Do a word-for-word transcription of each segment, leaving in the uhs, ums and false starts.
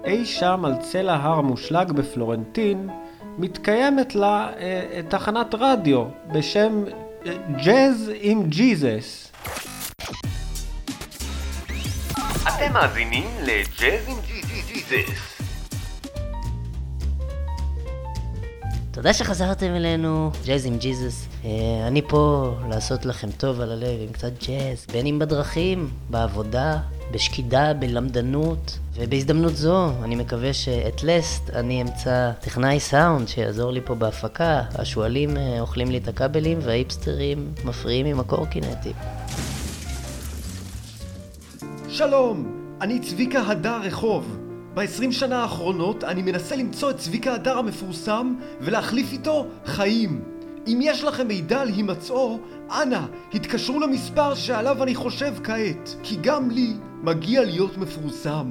אי שם על צלע הר מושלג בפלורנטין, מתקיימת לה אה, תחנת רדיו בשם אה, ג'אז עם ג'יזס. אתם מאזינים לג'אז עם ג'יזס. תודה שחזרתם אלינו, ג'אז עם ג'יזוס. אני פה לעשות לכם טוב על הלב עם קצת ג'אז, בין אם בדרכים, בעבודה, בשקידה, בלמדנות. ובהזדמנות זו, אני מקווה שאת לסט אני אמצא טכנאי סאונד שיעזור לי פה בהפקה. השואלים אוכלים לי את הכבלים והאיפסטרים מפריעים עם הקורקינטים. שלום, אני צביקה הדר רחוב. ב-עשרים שנה האחרונות אני מנסה למצוא את צביקה הדר המפורסם ולהחליף איתו חיים. אם יש לכם מידע על הימצאו, אנא, התקשרו למספר שעליו אני חושב כעת, כי גם לי מגיע להיות מפורסם.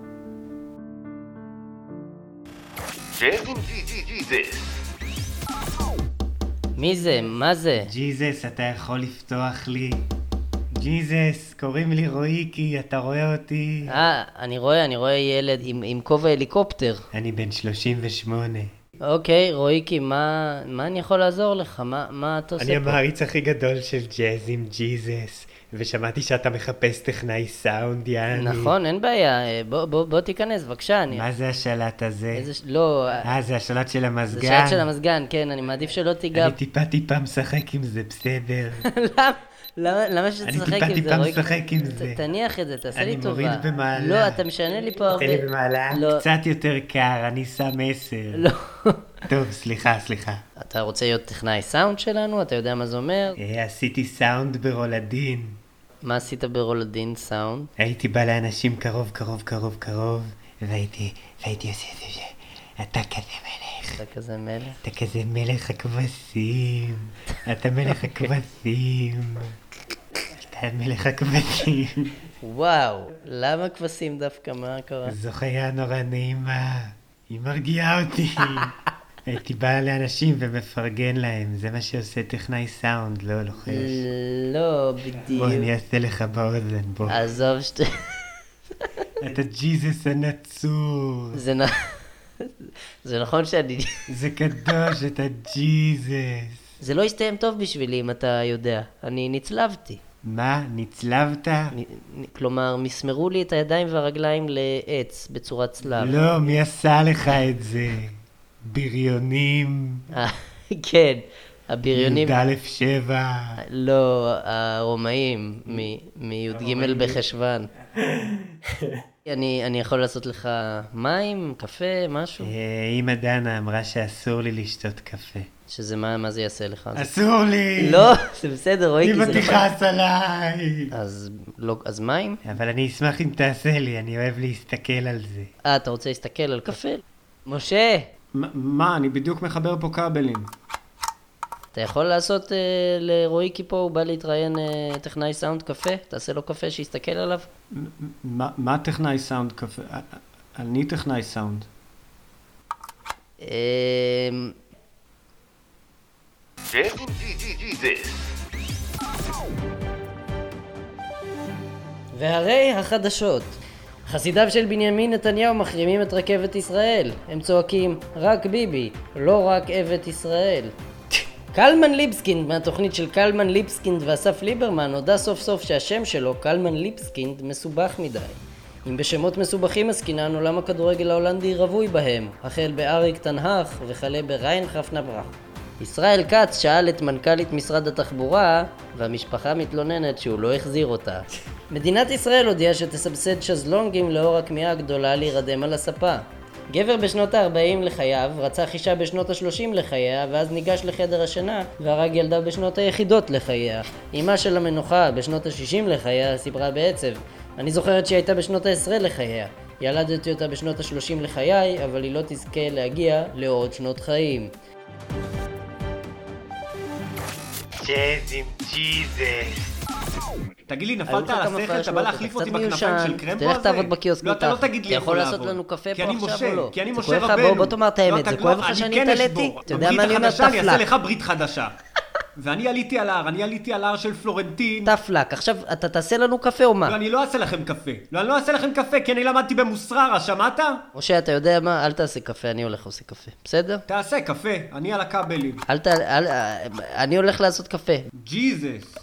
ג'אז עם ג'יזס. מי זה? מה זה? ג'יזס, אתה יכול לפתוח לי? ג'יזס, קוראים לי רויקי, אתה רואה אותי? אה, אני רואה, אני רואה ילד עם, עם כובע הליקופטר. אני בן שלושים ושמונה. אוקיי, רויקי, מה, מה אני יכול לעזור לך? מה, מה אתה עושה פה? אני המעריץ הכי גדול של ג'אז עם ג'יזס, ושמעתי שאתה מחפש טכנאי סאונד, יעני. נכון, אין בעיה, בוא, בוא, בוא תיכנס, בבקשה. אני... מה זה השלט הזה? איזה... לא... אה, זה השלט של המזגן? זה השלט של המזגן, כן, אני מעדיף שלא תיגע... אני טיפה טיפה משחק עם זה, בסדר. למה? למה, למה שתשחק עם זה? אני טיפה טיפה משחק עם זה. תניח את זה, תעשה לי טובה. אני מוריד במעלה. לא, אתה משנה לי פה הרבה. תעשה לי במעלה? לא. קצת יותר קר, אני שם עשר. לא. טוב, סליחה, סליחה. אתה רוצה להיות טכנאי סאונד שלנו? אתה יודע מה זה אומר? עשיתי סאונד ברולדין. מה עשית ברולדין סאונד? הייתי בא לאנשים קרוב, קרוב, קרוב, קרוב, והייתי, והייתי עושה את זה. אתה כזה מלך. אתה כזה מלך? אתה כזה מלך הכבשים. אתה מלך הכבשים. אתה מלך הכבשים. וואו, למה כבשים דווקא? מה קרה? זו חיה נורא נעימה. היא מרגיעה אותי. הייתי בא לאנשים ומפרגן להם. זה מה שעושה טכנאי סאונד, לא לוחש. לא, בדיוק. בוא, אני אעשה לך באוזן, בוא. עזוב שת... אתה ג'יזס הנצור. זה נ... זה נכון שאני... זה קדוש, אתה ג'יזס. זה לא הסתיים טוב בשבילי אם אתה יודע. אני נצלבתי. מה? נצלבת? כלומר, מסמרו לי את הידיים והרגליים לעץ בצורת צלב. לא, מי עשה לך את זה? בריונים? כן, הבריונים... י' א' שבע? לא, הרומאים, מי"ג בחשוון. אני, אני יכול לעשות לך מים, קפה, משהו? אמא דנה אמרה שאסור לי לשתות קפה. שזה מה, מה זה יעשה לך? אסור לי! לא, זה בסדר, רואי, כי זה אמא תכעס עליי! אז, לא, אז מים? אבל אני אשמח אם תעשה לי, אני אוהב להסתכל על זה. אה, אתה רוצה להסתכל על קפה? משה! מה, אני בדיוק מחבר פה כבלים. אתה יכול לעשות אה, לרואיקי פה, הוא בא להתראיין אה, טכנאי סאונד קפה? תעשה לו קפה שיסתכל עליו? מה, מה טכנאי סאונד קפה? אני טכנאי סאונד. אה... ג'אז עם ג'יזס. והרי החדשות. חסידיו של בנימין נתניהו מחרימים את רכבת ישראל. הם צועקים, רק ביבי, לא רק אבט ישראל. קלמן ליבסקינד מהתוכנית של קלמן ליבסקינד ואסף ליברמן הודע סוף סוף שהשם שלו, קלמן ליבסקינד, מסובך מדי. אם בשמות מסובכים עסקינן, עולם הכדורגל ההולנדי רווי בהם, החל באריק תנהך וכלה בריין חפנברח. ישראל כץ שאל את מנכ"לית משרד התחבורה, והמשפחה מתלוננת שהוא לא החזיר אותה. מדינת ישראל הודיעה שתסבסד שזלונגים לאור הכמיהה הגדולה להירדם על הספה. גבר בשנות ה-ארבעים לחייו רצח אישה בשנות ה-שלושים לחייה, ואז ניגש לחדר השינה והרג ילדה בשנות היחידות לחייה. אמא של המנוחה בשנות ה-שישים לחייה סיפרה בעצב, אני זוכרת שהיא הייתה בשנות ה-עשרה לחייה. ילדתי אותה בשנות ה-שלושים לחיי, אבל היא לא תזכה להגיע לעוד שנות חיים. ג'אז עם ג'יזס. תגיד לי, נפלת על השכל, אתה בא להחליף אותי בכנפיים של קרמבו הזה? תלך תעבוד בקיוסק. לא, אתה לא תגיד לי איפה לעבוד. אתה יכול לעשות לנו קפה פה עכשיו או לא? כי אני משה רבנו. בוא תאמר את האמת, זה כואב לך שאני התעליתי? אתה יודע מה אני אומר, תפלק. אני כן אשבור. הברית חדשה, אני אעשה לך ברית חדשה. ואני עליתי על ההר, אני עליתי על ההר של פלורנטין. טפלק, עכשיו אתה תעשה לנו קפה או מה? לא, אני לא אעשה לכם קפה. לא, אני לא אעשה לכם קפה, כי אני למדתי במוסררה, שמעת? משה, אתה יודע מה? אל תעשה קפה, אני הולך לעשות קפה. בסדר? תעשה קפה, אני על הכבלים. אל ת... אל... אני הולך לעשות קפה. ג'יזוס.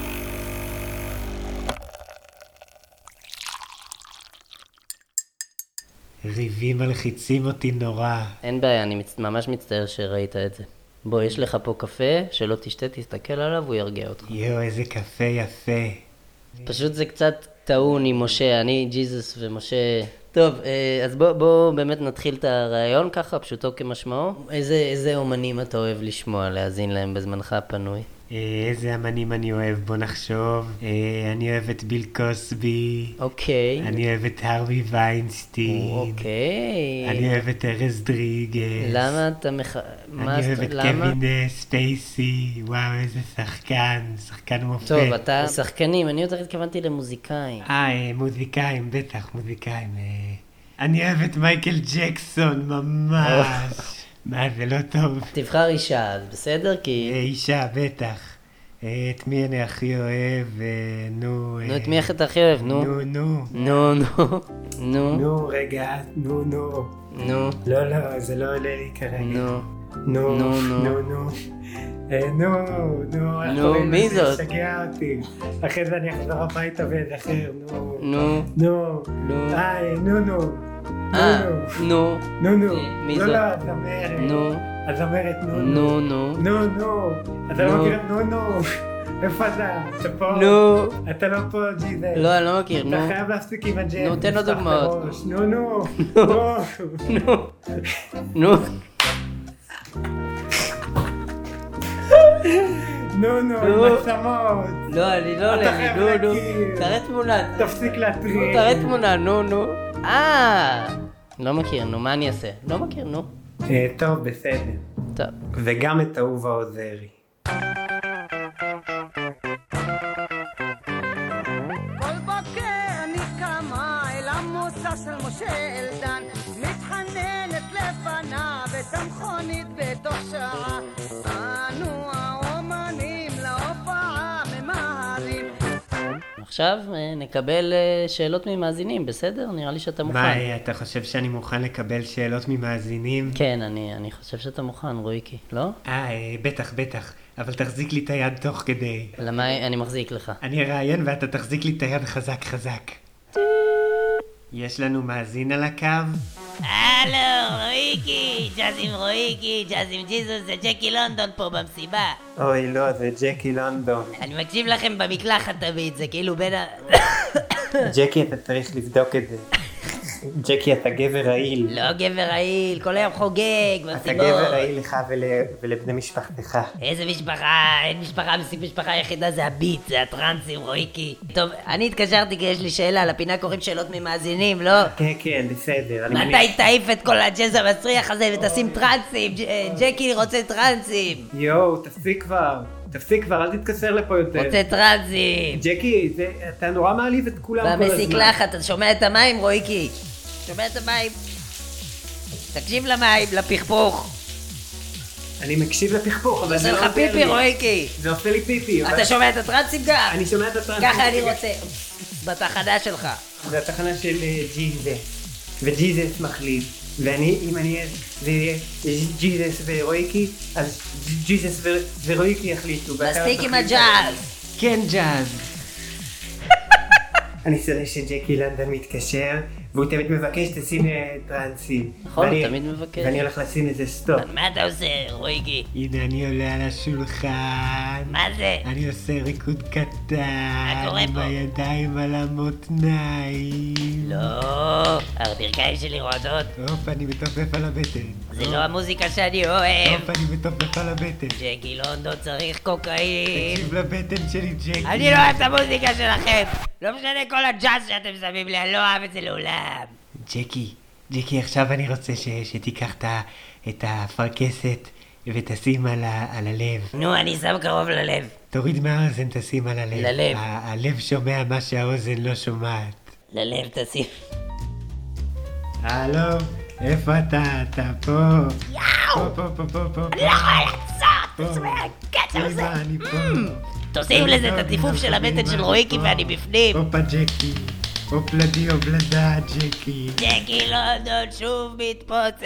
ריבים מלחיצים אותי נורא. אין בעיה, אני מצ... ממש מצטער שראית את זה. בוא, יש לך פה קפה, שלא תשתה, תסתכל עליו, הוא ירגיע אותך. יואו, איזה קפה יפה. פשוט זה קצת טעון עם משה, אני ג'יזוס ומשה... טוב, אז בוא, בוא באמת נתחיל את הרעיון ככה, פשוטו כמשמעו. איזה, איזה אומנים אתה אוהב לשמוע, להאזין להם בזמנך הפנוי? איזה אמנים אני אוהב, בוא נחשוב. אני אוהב את ביל קוסבי. אוקיי. אני אוהב את הרווי ויינסטיין. אוקיי. אני אוהב את ארז דריגס. למה אתה מח... אני אוהב את קווין ספייסי. וואו, איזה שחקן, שחקן מופת. טוב, אתה שחקנים, אני יותר התכוונתי למוזיקאים. אה, מוזיקאים, בטח, מוזיקאים. אני אוהב את מייקל ג'קסון, ממש. מה, זה לא טוב. תבחר אישה, אז בסדר? כי... אישה, בטח. את מי אני הכי אוהב, נו... נו, את מי אתה הכי אוהב, נו? נו, נו. נו, נו. נו. נו, רגע, נו, נו. נו. לא, לא, זה לא עולה לי כרגע. נו. נו, נו, נו, נו. נו, נו. נו, מי זאת? שגע אותי. אחרי זה אני אחזור הביתה ואזכר, נו. נו. נו. נו. איי, נו, נו. אה, נו. נו, נו. מי לא, זאת? לא, הזמרת. נו. הזמרת, נו, נו, נו. נו, נו. אתה לא מכיר? נו, נו. איפה אתה? אתה פה? נו. אתה לא פה, ג'יזוס. לא, אני לא מכיר, נו. אתה חייב להפסיק עם הג'אנט. נו, תן לו דוגמאות. נו, נו. נו. נו. נו, נו, עם עצמות. לא, אני לא עולה לי, נו, נו. תראה תמונה. תפסיק להטריד. תראה תמונה, נו, נו. אה. לא מכיר, נו, מה אני אעשה? לא מכיר, נו. טוב, בסדר. טוב. וגם את אהובה עוזרי. כל בוקר אני קמה אל המוצא של משה אלדן, מתחננת לפניו את המכונית בתוך שעה. אנו האומנים להופעה ממהרים. עכשיו נקבל שאלות ממאזינים, בסדר? נראה לי שאתה מוכן. מה, אתה חושב שאני מוכן לקבל שאלות ממאזינים? כן, אני, אני חושב שאתה מוכן, רויקי, לא? אה, בטח, בטח. אבל תחזיק לי את היד תוך כדי. למה אני מחזיק לך? אני אראיין ואתה תחזיק לי את היד חזק חזק. יש לנו מאזין על הקו? הלו, רויקי, ג'אז עם רויקי, ג'אז עם ג'יזוס, זה ג'קי לונדון פה במסיבה. אוי, לא, זה ג'קי לונדון. אני מקשיב לכם במקלחת תמיד, זה כאילו בין ה... ג'קי, אתה צריך לבדוק את זה. ג'קי, אתה גבר רעיל. לא גבר רעיל, כל היום חוגג, אתה מסיבות. גבר רעיל לך ול... ולבני משפחתך. איזה משפחה, אין משפחה, מסיב משפחה היחידה זה הביט, זה הטרנסים, רויקי. טוב, אני התקשרתי כי יש לי שאלה, לפינה קוראים שאלות ממאזינים, לא? כן, כן, בסדר. מתי תעיף את כל הג'אז המסריח הזה ותשים טרנסים? ג'קי רוצה טרנסים. יואו, תפסיק כבר. תפסיק כבר, אל תתקשר לפה יותר. רוצה טרנסים. ג'קי, זה, אתה נורא מעליב את כולם כל הזמן. במסיקלחת, אתה שומע את המים, רויקי? שומע את המים? תקשיב למים, לפכפוך. אני מקשיב לפכפוך, אבל זה עושה לא לך פיפי, רויקי. זה עושה לי פיפי. אבל- אתה שומע את הטרנסים גם? אני שומע את הטרנסים. ככה אני רוצה. בתחנה שלך. זה התחנה של אה, ג'יזס. וג'יזס מחליט. ואני, אם אני אהיה, זה יהיה ג'יזס ורויקי, אז ג'יזס ו- ורויקי יחליטו. ואתה מספיק עם תחליט. הג'אז. כן, ג'אז. אני שונא שג'קי לונדון מתקשר, והוא תמיד מבקש תשים אה, טרנסים. נכון, ואני- תמיד מבקש. ואני הולך לשים איזה סטופ. מה אתה עושה, רויקי? הנה, אני עולה על השולחן. מה זה? אני עושה ריקוד קטן. קורה עם פה? הידיים על המותניים. לא, הברכיים שלי רועדות. הופ, אני מתופף על הבטן. זה לא המוזיקה שאני אוהב. הופ, אני מתופף על הבטן. ג'קי לונדון צריך קוקאין. תקשיב לבטן שלי, ג'קי. אני לא אוהב את המוזיקה שלכם. לא משנה כל הג'אז שאתם שמים לי, אני לא אוהב את זה לעולם. ג'קי, ג'קי, עכשיו אני רוצה ש, שתיקח את, ה- את הפרקסת ותשים על, ה, על הלב. נו, אני שם קרוב ללב. תוריד מהאוזן, תשים על הלב. ללב. ה- הלב שומע מה שהאוזן לא שומעת. ללב תשים. הלו, איפה אתה? אתה פה? יאו! פה, פה, פה, פה, פה. אני לא יכולה לעשות! קצר זה. אני פה. תוסיף לזה את הטיפוף של הבטן של רויקי ואני בפנים. הופה ג'קי. הופלדי הופלדה ג'קי. ג'קי לונדון שוב מתפוצץ.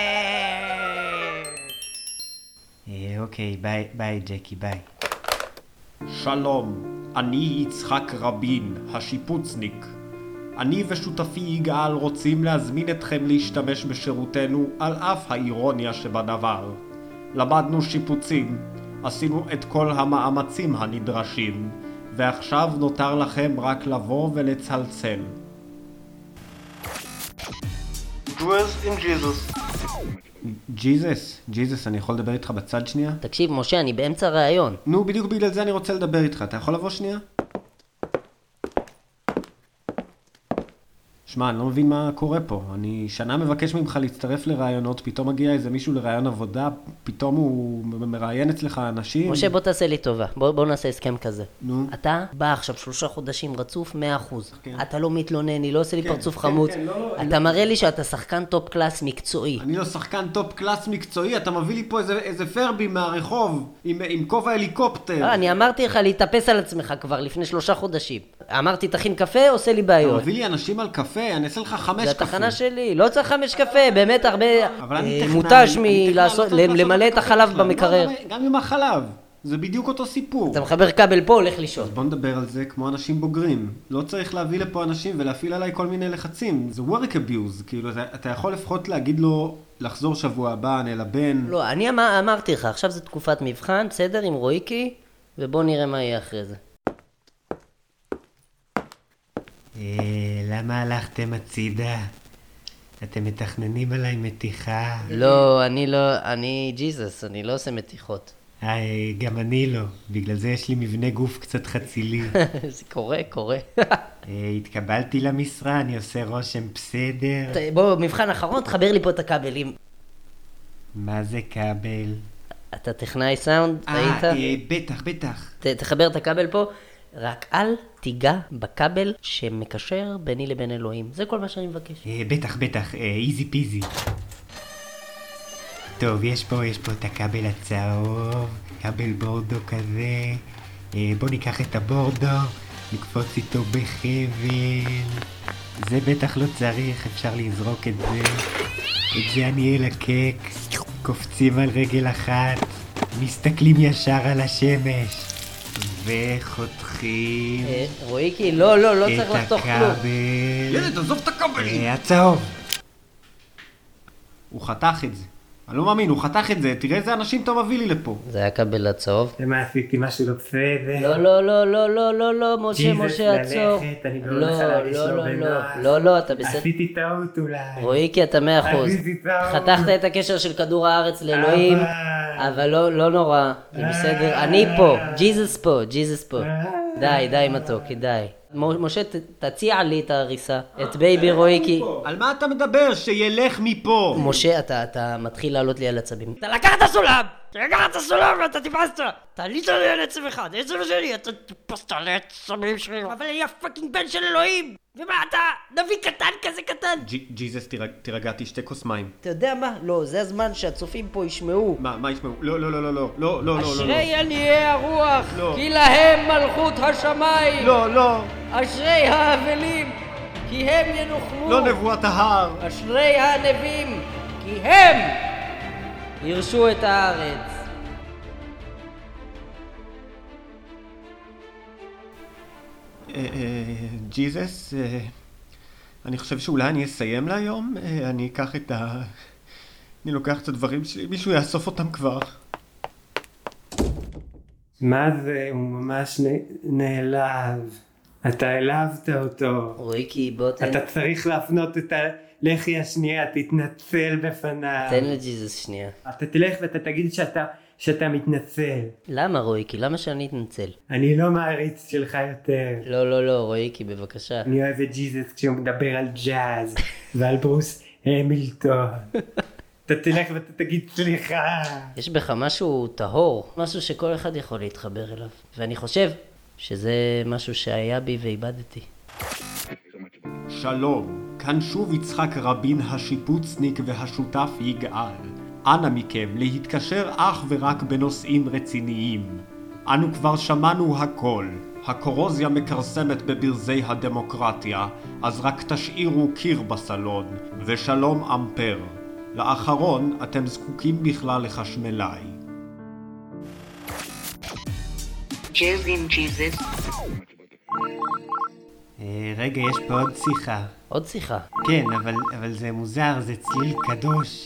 אוקיי, ביי, ביי ג'קי, ביי. שלום, אני יצחק רבין, השיפוצניק. אני ושותפי יגאל רוצים להזמין אתכם להשתמש בשירותנו על אף האירוניה שבדבר. למדנו שיפוצים, עשינו את כל המאמצים הנדרשים, ועכשיו נותר לכם רק לבוא ולצלצל. Jewels in Jesus. ג'יזס, ג'יזס, אני יכול לדבר איתך בצד שנייה? תקשיב, משה, אני באמצע ראיון. נו, בדיוק בגלל זה אני רוצה לדבר איתך. אתה יכול לבוא שנייה? שמע, אני לא מבין מה קורה פה. אני שנה מבקש ממך להצטרף לרעיונות, פתאום מגיע איזה מישהו לרעיון עבודה, פתאום הוא מראיין אצלך אנשים. משה, בוא תעשה לי טובה. בוא, בוא נעשה הסכם כזה. נו. אתה בא עכשיו שלושה חודשים רצוף מאה אחוז. כן. אתה לא מתלונן, אני לא עושה לי כן, פרצוף כן, חמוץ. כן, לא, אתה מראה לי שאתה שחקן טופ קלאס מקצועי. אני לא שחקן טופ קלאס מקצועי, אתה מביא לי פה איזה, איזה פרבי מהרחוב, עם, עם כובע הליקופטר. אה, אני אמרתי לך להתאפס על עצמך כבר לפני שלושה חודשים. אמרתי, תכין קפה, עושה לי אתה בעיות. מביא לי אנשים על קפה, אני אעשה לך חמש זה קפה. התחנה שלי, לא צריך חמש קפה, באמת הרבה אבל אני אה, טכנאי, מותש אני טכנאי, מלעשות, לא צריך לעשות למלא את הקפה החלב בכלל. במקרר. לא, גם עם החלב, זה בדיוק אותו סיפור. אתה מחבר כבל פה, הולך לישון. בוא נדבר על זה כמו אנשים בוגרים. לא צריך להביא לפה אנשים ולהפעיל עליי כל מיני לחצים. זה work abuse, כאילו, אתה, אתה יכול לפחות להגיד לו לחזור שבוע הבא, נלבן. לא, אני אמר, אמרתי לך, עכשיו זה תקופת מבחן, בסדר, עם רויקי, ובוא נראה מה יהיה אחרי זה. למה הלכתם הצידה? אתם מתכננים עליי מתיחה? לא, אני לא, אני ג'יזוס, אני לא עושה מתיחות. היי, גם אני לא. בגלל זה יש לי מבנה גוף קצת חצילי. זה קורה, קורה. התקבלתי למשרה, אני עושה רושם בסדר. בוא, מבחן אחרון, תחבר לי פה את הכבלים. מה זה כבל? אתה טכנאי סאונד, ראית? אה, בטח, בטח. ת- תחבר את הכבל פה, רק אל תיגע בכבל שמקשר ביני לבין אלוהים. זה כל מה שאני מבקש. אה, בטח, בטח, איזי פיזי. טוב, יש פה, יש פה את הכבל הצהוב, כבל בורדו כזה. אה, בוא ניקח את הבורדו, נקפוץ איתו בחבל. זה בטח לא צריך, אפשר לזרוק את זה. את זה אני אלקק. קופצים על רגל אחת, מסתכלים ישר על השמש. וחותכים אה, רויקי, לא, לא, לא צריך את לחתוך כלום. הכבל. ילד, עזוב את הכבלים! אה, הצהוב. הוא חתך את זה. אני לא מאמין, הוא חתך את זה. תראה איזה אנשים אתה מביא לי לפה. זה היה כבל הצהוב. למה עשיתי משהו לא בסדר? לא, לא, לא, לא, לא, לא, לא, משה, ג'יזוס, משה, עצור. ללכת, אני לא, בהולכה להרגיש לא, לא לא, בנוח. לא, לא, לא, אתה בסדר. עשיתי טעות אולי. רואיקי, אתה מאה אחוז. עשיתי טעות. חתכת את הקשר של כדור הארץ לאלוהים, אבל- אבל לא, לא נורא, זה בסדר. אני פה, ג'יזוס פה, ג'יזוס פה. די, די מתוקי, די. מו- משה, ת- תציע לי את ההריסה, את בייבי רואיקי. על מה אתה מדבר? שילך מפה! משה, אתה, אתה מתחיל לעלות לי על עצבים. אתה לקחת את הסולם! אתה לקחת את הסולם ואתה טיפסת! אתה עלית לי על עצב אחד, עצב שלי, אתה טיפסת על עצבים שלי. אבל אני הפאקינג בן של אלוהים! ומה אתה? נביא קטן כזה קטן! ג'י- ג'יזס, תירג- תירגע, תשתה כוס מים. אתה יודע מה? לא, זה הזמן שהצופים פה ישמעו. מה, מה ישמעו? לא, לא, לא, לא, לא, לא, לא, לא, לא. אשרי עניי הרוח, לא. כי להם מלכות השמיים. לא, לא, אשרי האבלים, כי הם ינוחמו. לא נבואת ההר. אשרי הנביאים, כי הם ירשו את הארץ. אה, אה, ג'יזס, אה, אני חושב שאולי אני אסיים להיום. אה, אני אקח את ה... אני לוקח את הדברים שלי, מישהו יאסוף אותם כבר. מה זה? הוא ממש נ- נעלב. אתה העלבת אותו. רואיקי, בוא תן, אתה צריך להפנות את הלחי השנייה, תתנצל בפניו. תן לג'יזוס שנייה. אתה תלך ואתה תגיד שאתה, שאתה מתנצל. למה רואיקי? למה שאני אתנצל? אני לא מעריץ שלך יותר. לא, לא, לא, רואיקי, בבקשה. אני אוהב את ג'יזוס כשהוא מדבר על ג'אז ועל ברוס המילטון. אתה תלך ואתה תגיד סליחה. יש בך משהו טהור, משהו שכל אחד יכול להתחבר אליו. ואני חושב שזה משהו שהיה בי ואיבדתי. שלום, כאן שוב יצחק רבין השיפוצניק והשותף יגאל. אנא מכם להתקשר אך ורק בנושאים רציניים. אנו כבר שמענו הכל. הקורוזיה מקרסמת בברזי הדמוקרטיה, אז רק תשאירו קיר בסלון, ושלום אמפר. לאחרון אתם זקוקים בכלל לחשמלאי. Jazz in Jesus. אה, רגע, יש פה עוד שיחה. עוד שיחה. כן, אבל, אבל זה מוזר, זה צליל קדוש.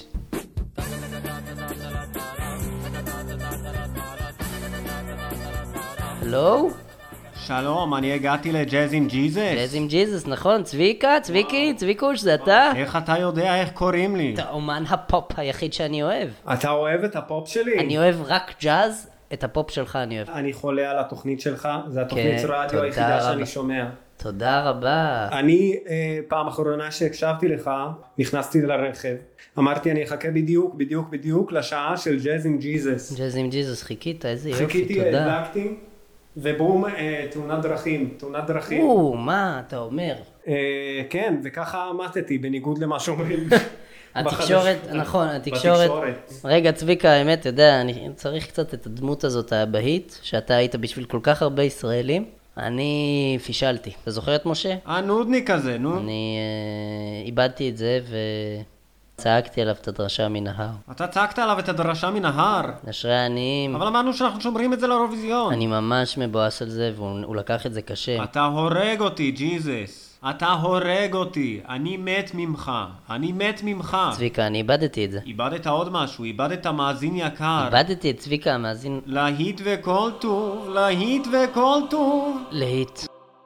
הלו? שלום, אני הגעתי לג'אז עם ג'יזוס. ג'אז עם ג'יזוס, נכון? צביקה? צביקי? צביקוש, זה אתה? איך אתה יודע איך קוראים לי? אתה אומן הפופ היחיד שאני אוהב. אתה אוהב את הפופ שלי? אני אוהב רק ג'אז, את הפופ שלך אני אוהב. אני חולה על התוכנית שלך, זה התוכנית כן, רדיו תודה היחידה רבה. שאני שומע. תודה רבה. אני, אה, פעם אחרונה שהקשבתי לך, נכנסתי לרכב. אמרתי, אני אחכה בדיוק, בדיוק, בדיוק לשעה של ג'אז עם ג'יזוס. ג'אז עם ג'יזוס, חיכית, איזה יופי, חיכיתי, תודה. הדלקתי, ובום, אה, תאונת דרכים, תאונת דרכים. או, מה אתה אומר? אה, כן, וככה מתתי, בניגוד למה שאומרים. התקשורת, בחדש- נכון, התקשורת. בתקשורת. רגע, צביקה, האמת, אתה יודע, אני צריך קצת את הדמות הזאת האבהית, שאתה היית בשביל כל כך הרבה ישראלים. אני פישלתי. אתה זוכר את משה? הנודניק הזה, נו. אני אה, איבדתי את זה וצעקתי עליו את הדרשה מנהר. אתה צעקת עליו את הדרשה מנהר. אשרי העניים. אבל אמרנו שאנחנו שומרים את זה לאירוויזיון. אני ממש מבואס על זה, והוא לקח את זה קשה. אתה הורג אותי, ג'יזוס. אתה הורג אותי. אני מת ממך. אני מת ממך. צביקה, אני איבדתי את זה. איבדת עוד משהו, איבדת מאזין יקר. איבדתי את צביקה המאזין להיט וכל טוב, להיט וכל טוב. להיט.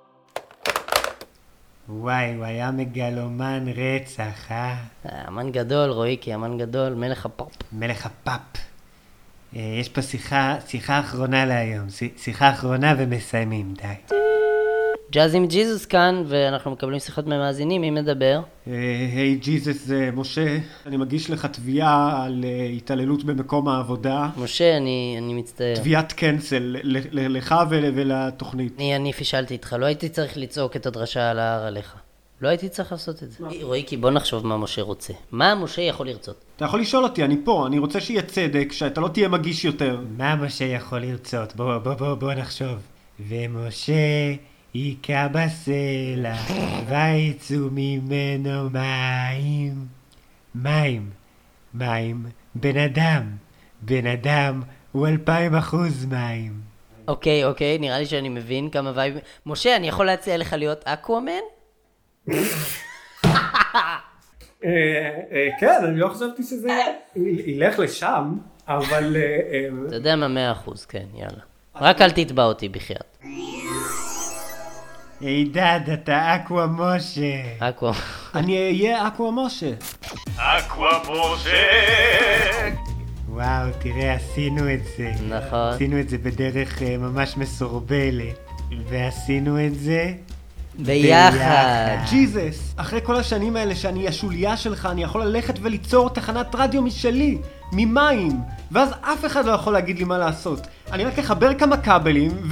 וואי, הוא היה מגלומן רצח, אה? אמן גדול, רואיקי, אמן גדול, מלך הפופ. מלך הפאפ. אה, יש פה שיחה, שיחה אחרונה להיום. ש- שיחה אחרונה ומסיימים, די. ג'אז עם ג'יזוס כאן, ואנחנו מקבלים שיחות ממאזינים, מי מדבר? אה, היי ג'יזוס, זה משה. אני מגיש לך תביעה על אה, התעללות במקום העבודה. משה, אני, אני מצטער. תביעת קנסל ל- ל- לך ול- ולתוכנית. אני, אני פישלתי איתך, לא הייתי צריך לצעוק את הדרשה על ההר עליך. לא הייתי צריך לעשות את זה. רואיקי, בוא נחשוב מה משה רוצה. מה משה יכול לרצות? אתה יכול לשאול אותי, אני פה, אני רוצה שיהיה צדק, שאתה לא תהיה מגיש יותר. מה משה יכול לרצות? בוא, בוא, בוא, בוא נחשוב. ומשה היכה בסלע, ויצאו ממנו מים. מים. מים. בן אדם. בן אדם הוא אלפיים אחוז מים. אוקיי, אוקיי, נראה לי שאני מבין כמה וייב... משה, אני יכול להציע לך להיות אקוואמן? כן, אני לא חשבתי שזה ילך לשם, אבל... אתה יודע מה, מאה אחוז, כן, יאללה. רק אל תתבע אותי בחייאת. הידד, אתה אקווה משה. אקוואמן. אני אהיה אקווה משה. וואו, תראה, עשינו את זה. נכון. עשינו את זה בדרך אה, ממש מסורבלת. ועשינו את זה... ביחד. ג'יזוס, אחרי כל השנים האלה שאני השוליה שלך, אני יכול ללכת וליצור תחנת רדיו משלי, ממים, ואז אף אחד לא יכול להגיד לי מה לעשות. אני רק אחבר כמה כבלים ו...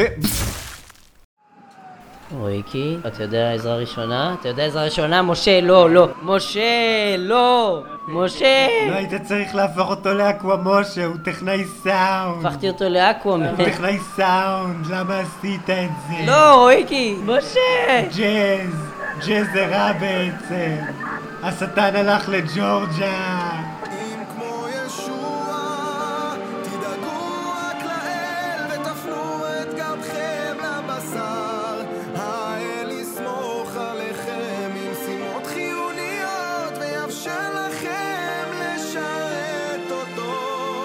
רואיקי, אתה יודע עזרה ראשונה? אתה יודע עזרה ראשונה? משה, לא, לא. משה, לא. משה. לא היית צריך להפוך אותו לאקווה משה, הוא טכנאי סאונד. הפכתי אותו לאקוואמן. הוא טכנאי סאונד, למה עשית את זה? לא, רואיקי. משה. ג'אז, ג'אז זה רע בעצם. השטן הלך לג'ורג'ה. אם כמו ישוע, תדאגו רק לאל ותפנו את גבכם לבשר. האל יסמוך עליכם עם שימות חיוניות ויאפשר לכם לשרת אותו.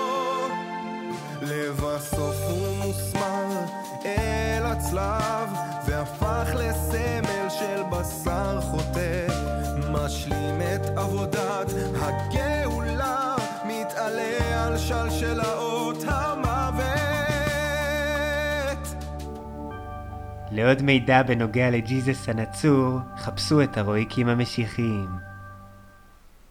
לבסוף הוא מוסמר אל הצלב והפך לסמל של בשר חוטא. משלים את עבודת הגאולה, מתעלה על שלשלאות המוות. לעוד מידע בנוגע לג'יזוס הנצור, חפשו את הרואיקים המשיחיים.